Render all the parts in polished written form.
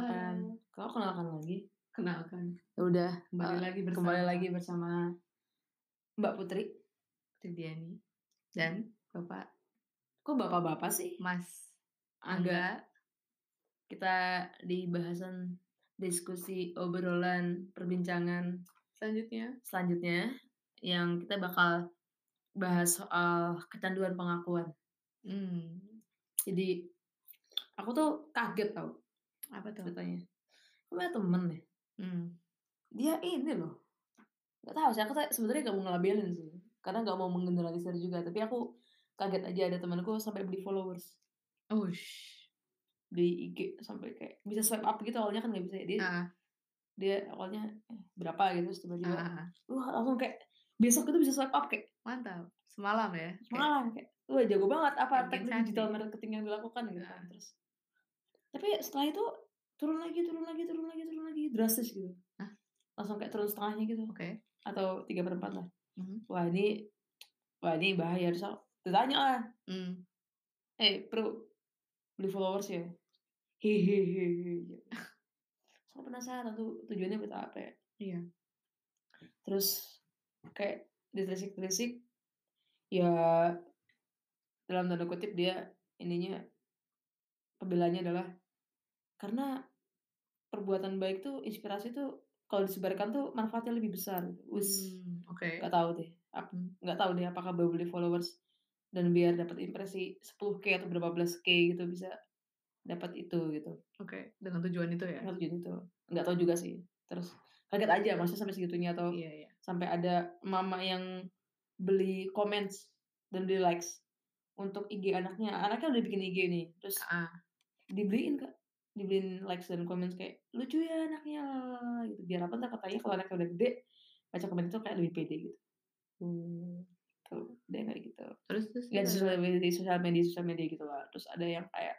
Kenalkan. Kau kenalkan lagi? Kenalkan. Ya udah, Kembali lagi bersama Mbak Putri. Tridiani dan Bapak Kok bapak-bapak sih? Mas Agak. Angga. Kita di bahasan diskusi obrolan perbincangan selanjutnya yang kita bakal bahas soal kecanduan pengakuan. Jadi aku tuh kaget tau Apa tuh? ceritanya. Aku punya temen deh. Dia ini loh. Gak tahu sih. Aku sebenarnya gak mau ngelabelin sih. Karena gak mau menggeneralisir juga. Tapi aku kaget aja ada temanku sampai beli followers. Di IG sampai kayak bisa swipe up gitu, awalnya kan nggak bisa ya, dia awalnya berapa gitu, terus tiba-tiba langsung kayak besok itu bisa swipe up kayak Mantap. Semalam ya? semalam kayak wah jago banget apa kayak bikin teknik sandi. digital marketing yang dilakukan gitu kan. Terus tapi setelah itu turun lagi drastis gitu. Langsung kayak turun setengahnya gitu. Atau 3/4 lah. Wah ini bahaya. Terus aku ditanya lah, bro, beli followers ya? Hehehe gitu. Saya penasaran tuh tujuannya buat apa ya? Iya. Terus kayak ditelisik-telisik, ya dalam tanda kutip dia ininya pembelaannya adalah karena perbuatan baik tuh, inspirasi tuh kalau disebarkan tuh manfaatnya lebih besar. Nggak tahu deh, nggak tahu deh apakah baru beli followers dan biar dapat impresi 10K atau berapa belas K gitu bisa dapat itu gitu. Dengan tujuan itu ya? Dengan tujuan itu, nggak tahu juga sih. Terus kaget aja maksudnya sampai segitunya atau sampai ada mama yang beli comments dan beli likes untuk IG anaknya. Anaknya udah bikin IG nih, terus dibeliin Kak, dibeliin likes dan comments kayak, "Lucu ya anaknya, lalala," gitu. Biar apa, entar katanya kalau anaknya udah gede, baca komen itu kayak lebih pede gitu. Tuh, ada yang kayak gitu. Terus Ya di sosial media gitulah. Terus ada yang kayak,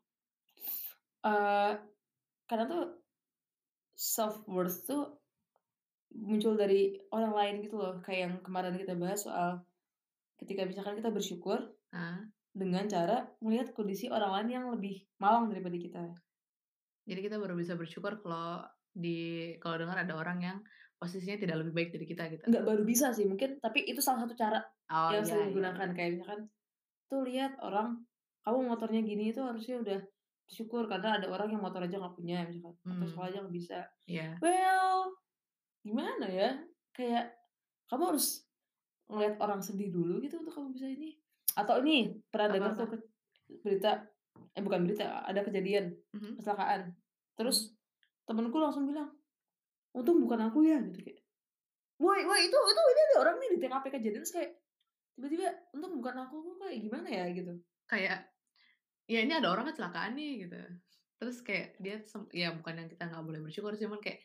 kadang tuh self-worth tuh muncul dari orang lain gitu loh, kayak yang kemarin kita bahas soal ketika misalkan kita bersyukur dengan cara melihat kondisi orang lain yang lebih malang daripada kita. Jadi kita baru bisa bersyukur kalau dengar ada orang yang posisinya tidak lebih baik dari kita gitu. Nggak baru bisa sih mungkin, tapi itu salah satu cara yang Iya, sering digunakan. Kayak misalkan, tuh lihat orang, kamu motornya gini itu harusnya udah bersyukur karena ada orang yang motor aja nggak punya misalkan, atau sekolah aja nggak bisa. Iya. Well, gimana ya, kayak kamu harus ngelihat orang sedih dulu gitu untuk kamu bisa ini. Atau ini pernah dengar tuh berita, bukan berita, ada kejadian kecelakaan. Terus temenku langsung bilang, "Untung bukan aku ya," gitu kayak. Woi itu ini ada orang nih di TKP kejadian terus kayak tiba-tiba, "Untung bukan aku," kok kayak gimana ya gitu. Kayak, ya ini ada orang kecelakaan nih gitu. Terus kayak dia ya bukan yang kita nggak boleh bersyukur, cuman kayak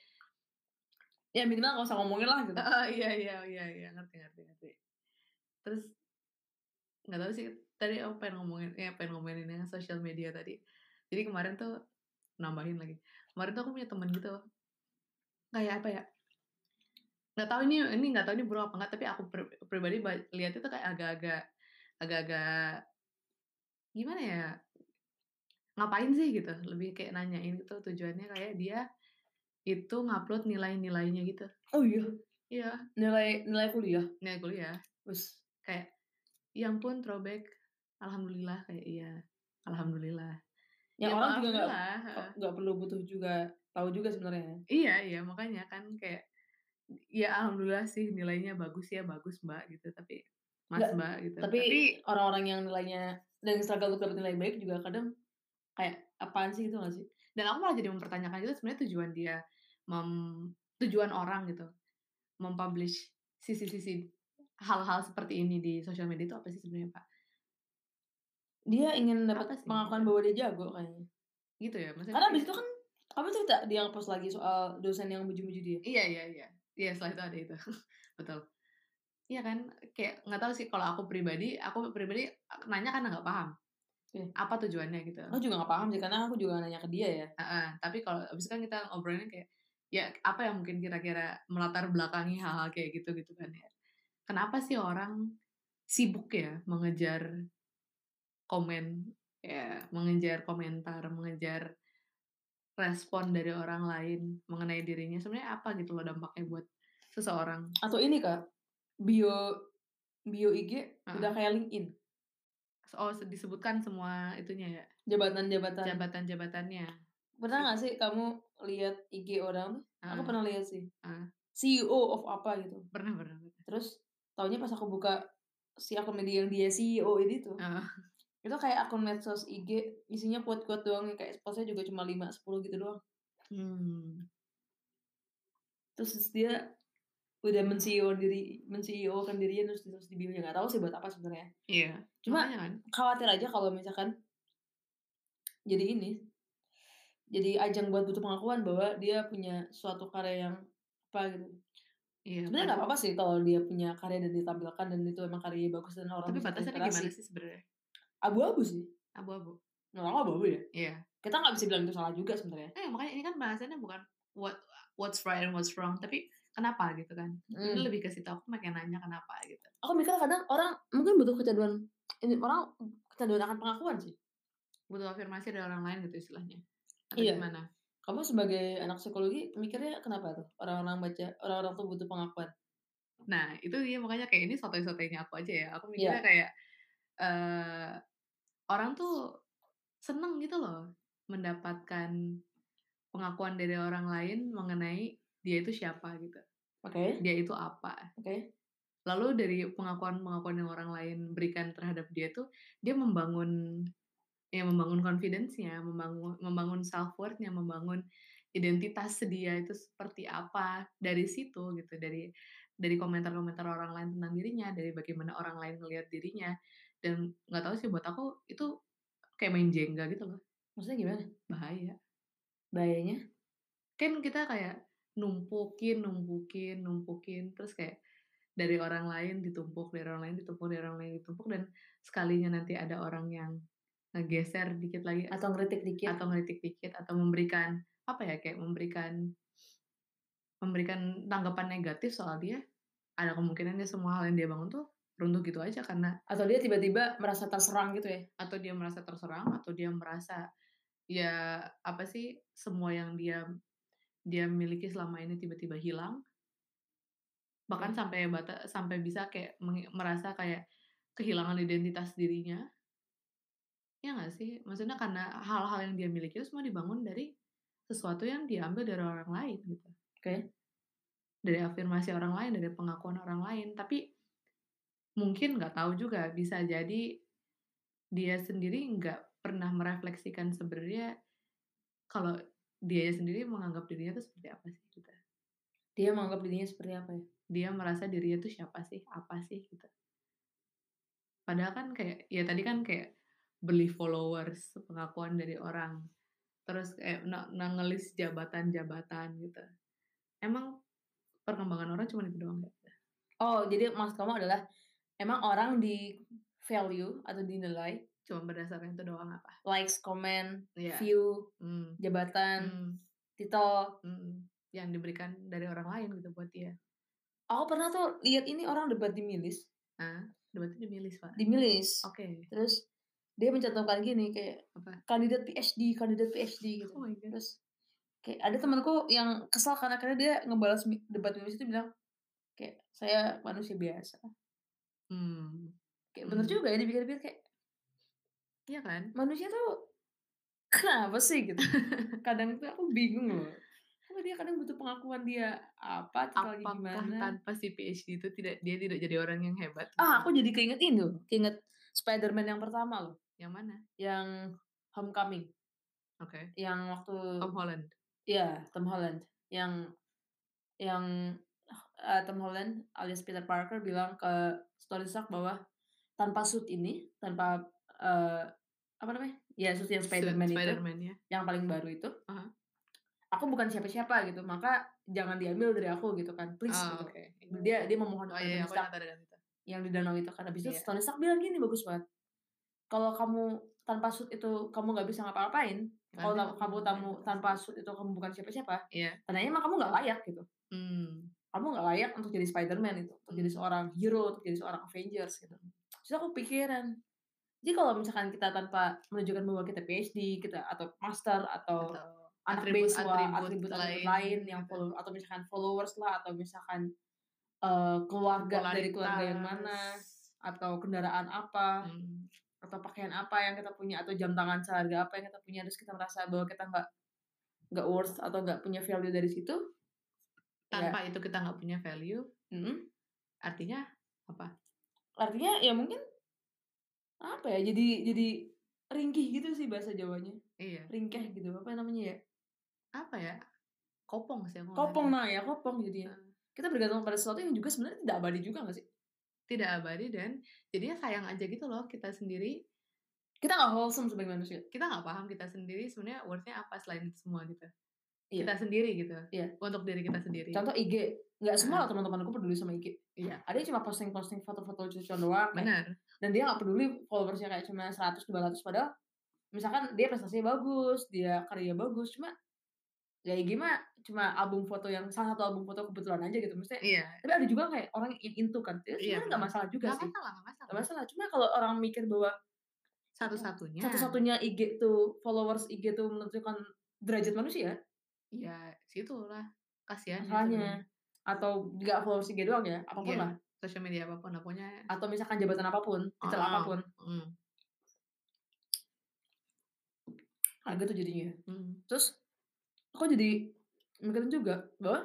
ya minimal nggak usah ngomongin lah gitu. Iya, ngerti. Terus nggak tahu sih, tadi aku pengen ngomongin yang sosial media tadi. Jadi kemarin tuh nambahin lagi. Kemarin tuh aku punya temen gitu. Kayak apa ya? Nggak tahu ini buruk apa enggak, tapi aku pribadi lihat itu kayak agak-agak gimana ya? Ngapain sih gitu? Lebih kayak nanyain gitu tujuannya kayak dia itu ngupload nilai-nilainya gitu. Oh iya? Iya. Nilai kuliah? Nilai kuliah. Terus kayak, ya ampun throwback, alhamdulillah, kayak iya, alhamdulillah. Yang Ya orang juga alhamdulillah, nggak perlu butuh juga tahu juga sebenarnya. Iya, makanya kan kayak, ya alhamdulillah sih nilainya bagus ya, bagus Mbak gitu, tapi Mas Nggak, Mbak gitu. tapi orang-orang yang nilainya dan struggle untuk dapat nilai baik juga kadang kayak apaan sih gitu nggak sih? Dan aku malah jadi mempertanyakan itu sebenarnya tujuan orang gitu mempublish sisi-sisi hal-hal seperti ini di sosial media itu apa sih sebenarnya, Pak? Dia ingin Apa dapat sih pengakuan gitu? bahwa dia jago kayaknya. Gitu ya? Maksudnya Karena abis itu kan kamu cerita dia nge-post lagi soal dosen yang muji-muji dia. Iya. Iya, setelah itu ada itu. Betul. Iya kan, kayak nggak tahu sih kalau aku pribadi nanya karena nggak paham. Apa tujuannya gitu. Aku juga nggak paham sih karena aku juga nanya ke dia ya. Tapi kalau abis kan kita ngobrolnya kayak, ya apa yang mungkin kira-kira melatar belakangi hal-hal kayak gitu kan ya. Kenapa sih orang sibuk ya mengejar komen, ya mengejar komentar, mengejar respon dari orang lain mengenai dirinya sebenarnya apa gitu loh dampaknya buat seseorang. Atau ini Kak, bio bio IG Heeh. udah kayak LinkedIn, Oh, disebutkan semua itunya ya, jabatan-jabatan. jabatan-jabatannya. Pernah nggak sih kamu lihat IG orang tuh? Aku Heeh, pernah lihat sih, heeh. CEO of apa gitu. Pernah pernah pernah. Terus taunya pas aku buka si akun media yang dia CEO ini tuh, Heeh. itu kayak akun medsos IG isinya quote-quote doang yang kayak post-nya juga cuma 5 10 gitu doang. Mmm, Terus dia udah men-CEO-kan dirinya terus terus di bio-nya, nggak tahu sih buat apa sebenarnya. iya, Cuma makanya kan. khawatir aja kalau misalkan jadi ini, jadi ajang buat butuh pengakuan bahwa dia punya suatu karya yang apa gitu. Iya, Sebenarnya nggak apa-apa sih kalau dia punya karya dan ditampilkan dan itu emang karyanya bagus dan orang tapi bisa batasannya terinspirasi. gimana sih sebenarnya? Abu-abu sih, Abu-abu? menurut aku abu-abu ya. Iya. Kita nggak bisa bilang itu salah juga sebenarnya. Makanya ini kan bahasannya bukan what's right and what's wrong, tapi kenapa gitu kan. Ini Mhm. lebih ke situ, aku pengen nanya kenapa gitu. Aku mikir kadang orang mungkin butuh kecanduan ini orang kecanduan akan pengakuan sih. Butuh afirmasi dari orang lain gitu istilahnya, atau Iya. gimana? Kamu sebagai anak psikologi mikirnya kenapa tuh orang-orang tuh butuh pengakuan? Nah, itu dia makanya kayak ini sotoy-sotoynya aku aja ya, aku mikirnya Iya, kayak, eee, orang tuh seneng gitu loh mendapatkan pengakuan dari orang lain mengenai dia itu siapa gitu, oke dia itu apa. oke. Lalu dari pengakuan-pengakuan yang orang lain berikan terhadap dia tuh, dia membangun confidence-nya, membangun self-worth-nya, membangun identitas dia itu seperti apa dari situ gitu, dari komentar-komentar orang lain tentang dirinya, dari bagaimana orang lain ngelihat dirinya, dan nggak tahu sih buat aku itu kayak main Jenga gitu loh, Maksudnya gimana? bahaya. Bahayanya? Kan kita kayak numpukin, terus kayak dari orang lain ditumpuk, dari orang lain ditumpuk, dari orang lain ditumpuk, dan sekalinya nanti ada orang yang ngegeser dikit lagi Atau ngeritik dikit? atau ngeritik dikit atau memberikan, apa ya, kayak memberikan memberikan tanggapan negatif soal dia, ada kemungkinannya semua hal yang dia bangun tuh runtuh gitu aja karena Atau dia tiba-tiba merasa terserang gitu ya? atau dia merasa terserang, atau dia merasa, ya apa sih, semua yang dia dia miliki selama ini tiba-tiba hilang, bahkan Oke. sampai bisa kayak merasa kayak kehilangan identitas dirinya, ya nggak sih? Maksudnya karena hal-hal yang dia miliki itu semua dibangun dari sesuatu yang diambil dari orang lain gitu, Oke. dari afirmasi orang lain, dari pengakuan orang lain, tapi mungkin nggak tahu juga, bisa jadi dia sendiri nggak pernah merefleksikan sebenarnya kalau dia sendiri menganggap dirinya itu seperti apa sih gitu. Dia menganggap dirinya seperti apa ya? Dia merasa dirinya itu siapa sih, apa sih gitu. Padahal kan kayak ya tadi kan kayak beli followers, pengakuan dari orang, terus kayak ngelis jabatan-jabatan gitu. Emang perkembangan orang cuma itu doang nggak? Oh, jadi maksud kamu adalah emang orang di-value atau dinilai Cuma berdasarkan itu doang apa? likes, komen, Iya, view, mmm, jabatan, mmm, titel. yang diberikan dari orang lain gitu buat dia. Aku pernah tuh lihat ini orang debat di Milis. Ah, berarti dimilih, Pak? Di Milis. Oke, Terus dia mencantumkan gini kayak apa? kandidat PhD gitu. Oh my god. Terus kayak ada temanku yang kesal karena akhirnya dia ngebalas debat Milis itu bilang kayak, "Saya manusia biasa." Mmm, Kayak bener mmm, juga ya dipikir-pikir kayak, iya kan? manusia tuh kenapa sih gitu. Kadang tuh aku bingung loh. Kenapa dia kadang butuh pengakuan dia apa, titelnya Apakah gimana. tanpa si PhD itu dia tidak jadi orang yang hebat Ah, gitu? aku jadi keinget ini loh, keinget Spider-Man yang pertama loh, Yang mana? yang Homecoming, Oke, yang waktu Tom Holland. iya, Tom Holland, yang, Tom Holland alias Peter Parker bilang ke Tony Stark bahwa tanpa suit ini, tanpa, apa namanya, ya suit yang Suit Spider-Man itu, Spider-Man ya? yang paling baru itu, Ah "Aku bukan siapa-siapa," gitu, "maka jangan diambil dari aku," gitu kan, "please," Oh, gitu. oke. Dia memohon Oh kepada iya, Tony aku Stark ingat adegan itu. yang di danau itu kan, habis itu Iya. Tony Stark bilang gini bagus banget, "Kalau kamu tanpa suit itu kamu nggak bisa ngapa-ngapain, kalau Nanti aku kamu ngapain tuh tanpa pasti. suit itu kamu bukan siapa-siapa, Iya. tandanya emang kamu nggak layak," gitu. Mmm, Kamu nggak layak untuk jadi Spider-Man itu, untuk jadi mmm, seorang hero, untuk jadi seorang Avengers gitu. Terus aku pikiran, jadi kalau misalkan kita tanpa menunjukkan bahwa kita PhD, kita atau master atau atau anak beasiswa, atribut-atribut lain yang gitu. atau misalkan followers lah, atau misalkan, dari keluarga yang Popularitas. mana, atau kendaraan apa, atau pakaian apa yang kita punya, atau jam tangan seharga apa yang kita punya, terus kita merasa bahwa kita nggak worth atau nggak punya value dari situ, ya Tanpa itu kita nggak punya value, mhm, artinya apa? artinya ya mungkin, apa ya, jadi ringkih gitu sih bahasa Jawanya, Iya. ringkeh gitu, apa namanya ya, Apa ya, kopong sih aku kopong, ngeliatnya. nah ya kopong jadinya. Heeh. Kita bergantung pada sesuatu yang juga sebenarnya tidak abadi juga nggak sih? Tidak abadi dan jadinya sayang aja gitu loh kita sendiri, Kita nggak wholesome sebagai manusia. kita nggak paham kita sendiri sebenarnya worth-nya apa selain itu semua gitu. Iya Kita sendiri gitu, iya. untuk diri kita sendiri. Contoh IG, nggak semua Heeh. loh teman-temanku peduli sama IG. Iya, Ada yang cuma posting-posting foto-foto lucu-lucuan doang kayak, bener. dan dia nggak peduli followers-nya kayak cuma 100, 200, padahal misalkan dia prestasinya bagus, dia karya bagus, cuma ya IG mah cuma album foto yang salah satu album foto kebetulan aja gitu, maksudnya Iya tapi ada juga kayak orang yang into kan, itu iya sebenarnya nggak bener. masalah juga Nggak sih, masalah nggak nggak masalah. masalah. Cuma kalau orang mikir bahwa Satu-satunya, satu-satunya IG tuh, followers IG tuh menentukan derajat manusia, ya situlah kasihannya sebenarnya. masalahnya. Atau nggak followers IG doang ya, apapun Iya, lah, sosial media apapun lah pokoknya. atau misalkan jabatan apapun, titel Heeh, apapun, mhm, kayak gitu jadinya. mhm. Terus aku jadi mikirin juga bahwa,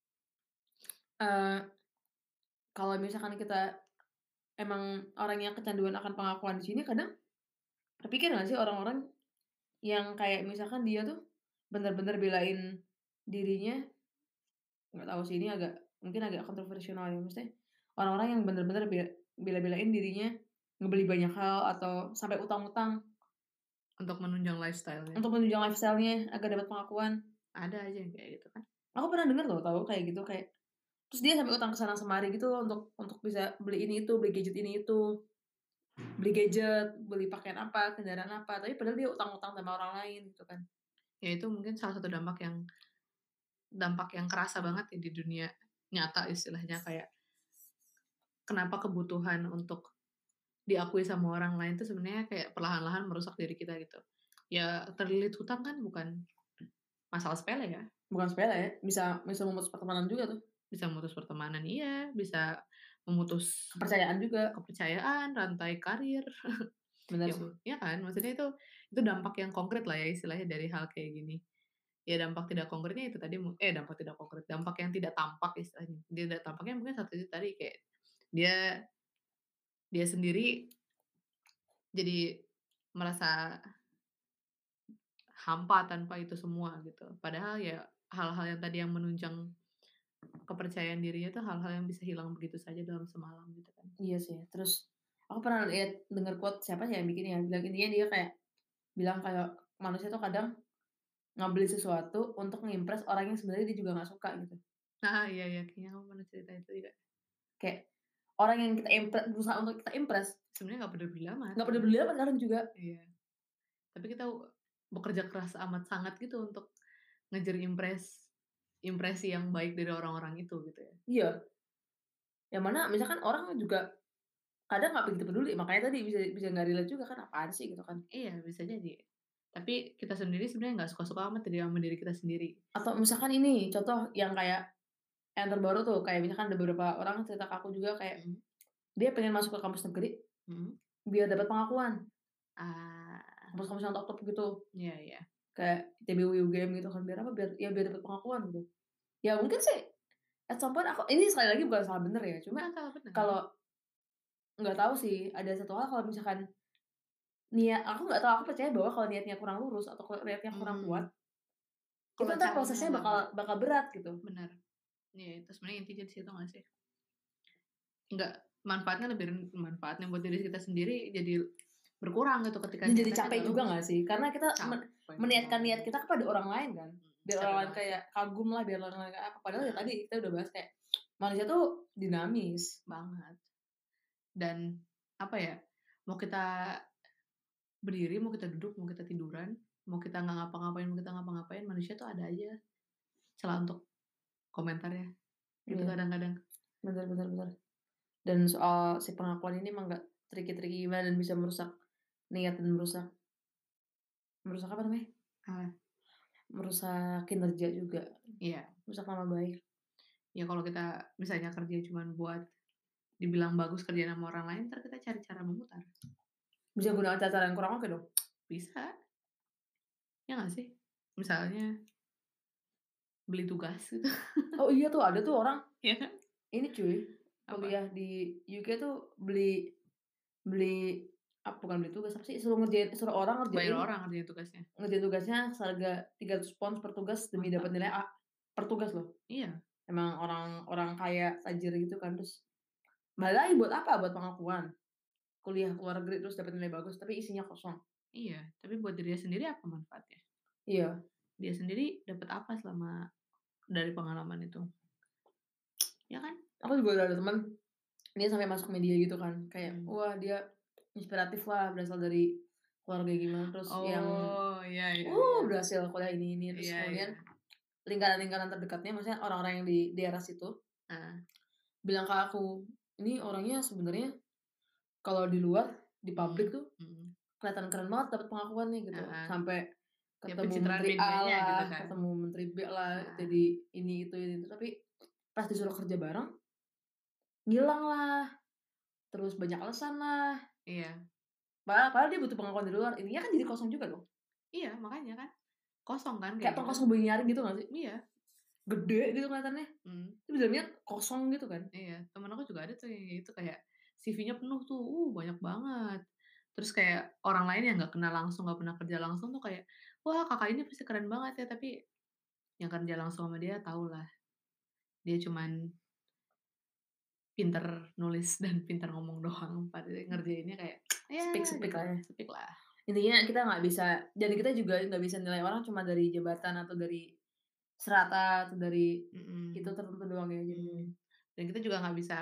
eee, kalau misalkan kita emang orang yang kecanduan akan pengakuan di sini, kadang terpikir nggak sih orang-orang yang kayak misalkan dia tuh bener-bener belain dirinya, nggak tahu sih ini mungkin agak kontroversial ya, maksudnya orang-orang yang bener-bener bela-belain dirinya ngebeli banyak hal atau sampai utang-utang Untuk menunjang lifestyle-nya. untuk menunjang lifestyle-nya agar dapat pengakuan. Ada aja yang kayak gitu kan. Aku pernah denger loh tahu kayak gitu, kayak terus dia sampai utang ke sana kemari gitu loh untuk bisa beli ini itu, beli gadget ini itu, beli gadget, beli pakaian apa, kendaraan apa, tapi padahal dia utang-utang sama orang lain gitu kan. Ya itu mungkin salah satu dampak yang kerasa banget ya di dunia nyata istilahnya, kayak kenapa kebutuhan untuk diakui sama orang lain tuh sebenarnya kayak perlahan-lahan merusak diri kita gitu. Ya terlilit hutang kan bukan masalah sepele ya, Bukan sepele ya, bisa bisa memutus pertemanan juga tuh, bisa memutus pertemanan iya, bisa memutus kepercayaan juga, kepercayaan, rantai karir, bener ya sih. ya kan? Maksudnya itu dampak yang konkret lah ya istilahnya dari hal kayak gini. Ya dampak tidak konkretnya itu tadi dampak tidak konkret, dampak yang tidak tampak istilahnya. Tidak tampaknya mungkin satu itu tadi kayak dia dia sendiri jadi merasa hampa tanpa itu semua gitu. Padahal ya hal-hal yang tadi yang menunjang kepercayaan dirinya itu hal-hal yang bisa hilang begitu saja dalam semalam gitu kan. Iya sih, terus aku pernah denger quote siapa sih yang bikin ya, bilang intinya dia kayak bilang kayak manusia tuh kadang ngebeli sesuatu untuk ngimpress orang yang sebenarnya dia juga nggak suka gitu. Ah, iya iya kayaknya kamu pernah cerita itu juga. Kayak orang yang kita berusaha untuk kita impress, Sebenarnya nggak peduli amat nggak gitu. peduli amat kadang juga. Iya, tapi kita bekerja keras amat sangat gitu untuk ngejar impresi yang baik dari orang-orang itu gitu ya. Iya, yang mana misalkan orang juga kadang nggak begitu peduli, makanya tadi bisa bisa nggak relate juga kan, apaan sih gitu kan. Iya, bisa jadi. Tapi kita sendiri sebenarnya nggak suka-suka amat sama diri kita sendiri. Atau misalkan ini contoh yang kayak yang terbaru tuh, kayak misalkan ada beberapa orang cerita ke aku juga kayak Mhm dia pengen masuk ke kampus negeri mhm. biar dapat pengakuan, Ah, kampus-kampus yang top-top gitu, iya iya. kayak ITB, UGM gitu kan, biar apa, biar dapat pengakuan gitu. Ya mungkin sih at some point aku ini sekali lagi bukan salah bener ya, cuma Bukan salah benar. kalau nggak tahu sih, ada satu hal kalau misalkan aku nggak tahu, aku percaya bahwa kalau niatnya kurang lurus atau kalau niatnya kurang kuat, Mmm, itu kalau entar caranya prosesnya nggak bakal baik, bakal berat gitu. benar. Iya, itu sebenarnya intinya di situ nggak sih? Nggak manfaatnya buat diri kita sendiri jadi berkurang gitu ketika Dan jadi niatannya capek nggak juga lurus. nggak sih? Karena kita Capek meniatkan niat banget. kita kepada orang lain kan, biar orang Capek lain banget sih. kayak kagum lah, biar orang lain kayak apa, padahal ya Heeh, tadi kita udah bahas kayak manusia tuh dinamis. banget. Dan apa ya, mau kita berdiri, mau kita duduk, mau kita tiduran, mau kita nggak ngapa-ngapain, mau kita ngapa-ngapain, manusia tuh ada aja celah untuk komentarnya, gitu Iya, kadang-kadang. bener bener bener. Dan soal si pengakuan ini emang nggak tricky-tricky gimana dan bisa merusak niat dan merusak merusak apa namanya, Ah, merusak kinerja juga, Iya. merusak nama baik. Ya kalau kita misalnya kerja cuman buat dibilang bagus kerjaan sama orang lain, entar kita cari cara memutar. Bisa gunakan cara-cara yang kurang oke dong. Bisa, ya nggak sih? Misalnya beli tugas gitu, Oh iya tuh ada tuh orang, ya kan? ini cuy, Apa? kuliah di UK tuh beli beli bukan beli tugas, apa sih, suruh orang Bayar ngerjain orang ngerjain tugasnya. ngerjain tugasnya seharga £300 per tugas demi dapat Mantap. nilai A, per tugas loh. Iya Emang orang kaya, tajir gitu kan, terus balik lagi buat apa? Buat pengakuan. Kuliah ke luar negeri terus dapat nilai bagus, tapi isinya kosong. iya, tapi buat dirinya sendiri apa manfaatnya? Iya, Dia sendiri dapat apa selama dari pengalaman itu, ya kan? aku juga udah ada temen, dia sampai masuk media gitu kan, kayak, Mhm. wah dia inspiratif lah, berasal dari keluarga gimana, terus yang, Oh, iya iya iya. berhasil kuliah ini, terus Iya iya. kemudian lingkaran-lingkaran terdekatnya, maksudnya orang-orang yang di daerah situ, Heeh. bilang ke aku, "Ini orangnya sebenarnya kalau di luar, di publik Mhm tuh mhm. kelihatan keren banget dapat pengakuannya," gitu. Heeh. Sampai Ya ketemu pencitraan menteri A medianya lah, gitu kan. ketemu menteri B lah, Heeh. jadi ini itu, tapi pas disuruh kerja bareng, ngilang lah, terus banyak alasan lah, Iya. padahal dia butuh pengakuan dari luar, intinya kan jadi kosong juga dong. Iya, makanya kan. Kosong kan kayak Kayak tong gitu. kosong bayi nyaring gitu nggak sih? Iya. Gede gitu kelihatannya, Mhm. tapi dalamnya kosong gitu kan. Iya, temen aku juga ada tuh yang kayak gitu, kayak CV-nya penuh tuh, banyak banget. Terus kayak orang lain yang nggak kenal langsung, nggak pernah kerja langsung tuh kayak, "Wah, Kakak ini pasti keren banget ya," tapi yang kerja langsung sama dia tahulah, dia cuman pinter nulis dan pinter ngomong doang, padahal ngerjainnya kayak, ya Sepik-sepik gitu, lah ya. sepik lah. Intinya kita nggak bisa, dan kita juga nggak bisa nilai orang cuma dari jabatan atau dari strata atau dari itu Mhm, tertentu doang ya jadinya. mhm. Dan kita juga nggak bisa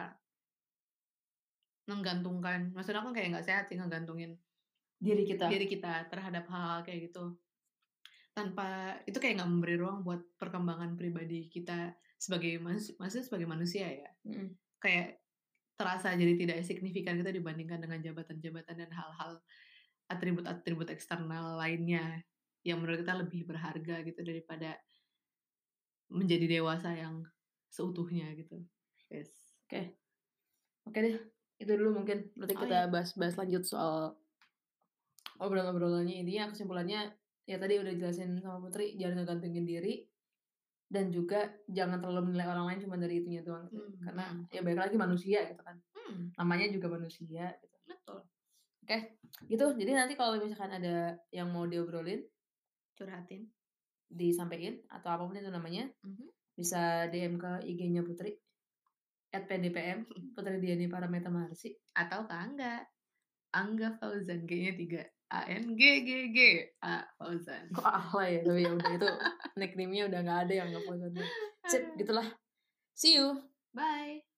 menggantungkan maksud aku kayak nggak sehat sih ngegantungin Diri kita. diri kita terhadap hal-hal kayak gitu. Tanpa itu kayak nggak memberi ruang buat perkembangan pribadi kita sebagai maksudnya sebagai manusia ya. Mhm. Kayak terasa jadi tidak signifikan kita dibandingkan dengan jabatan-jabatan dan hal-hal atribut-atribut eksternal lainnya yang menurut kita lebih berharga gitu daripada menjadi dewasa yang seutuhnya gitu. Yes. Oke, oke deh, itu dulu mungkin, nanti Oh kita ya, bahas-bahas lanjut soal obrolan-obrolannya. Intinya kesimpulannya, ya tadi udah jelasin sama Putri, jangan ngegantungin diri, dan juga jangan terlalu menilai orang lain cuma dari itunya doang gitu. mhm Karena mhm ya balik lagi manusia gitu kan, mhm, namanya juga manusia gitu. betul. Oke, gitu. Jadi nanti kalau misalkan ada yang mau diobrolin, Curhatin. disampein atau apapun itu namanya, Mhm. bisa DM ke IG-nya Putri, @pdpm, Putri Diani Parameta Maharsi. Atau Angga, Angga Fauzan, G-nya 3, ANG GG, A Fauzan. Kok alay ya, tapi ya udah itu nickname-nya udah nggak ada yang nge-Fauzan tuh. Sip, Aduh. gitulah. See you. Bye.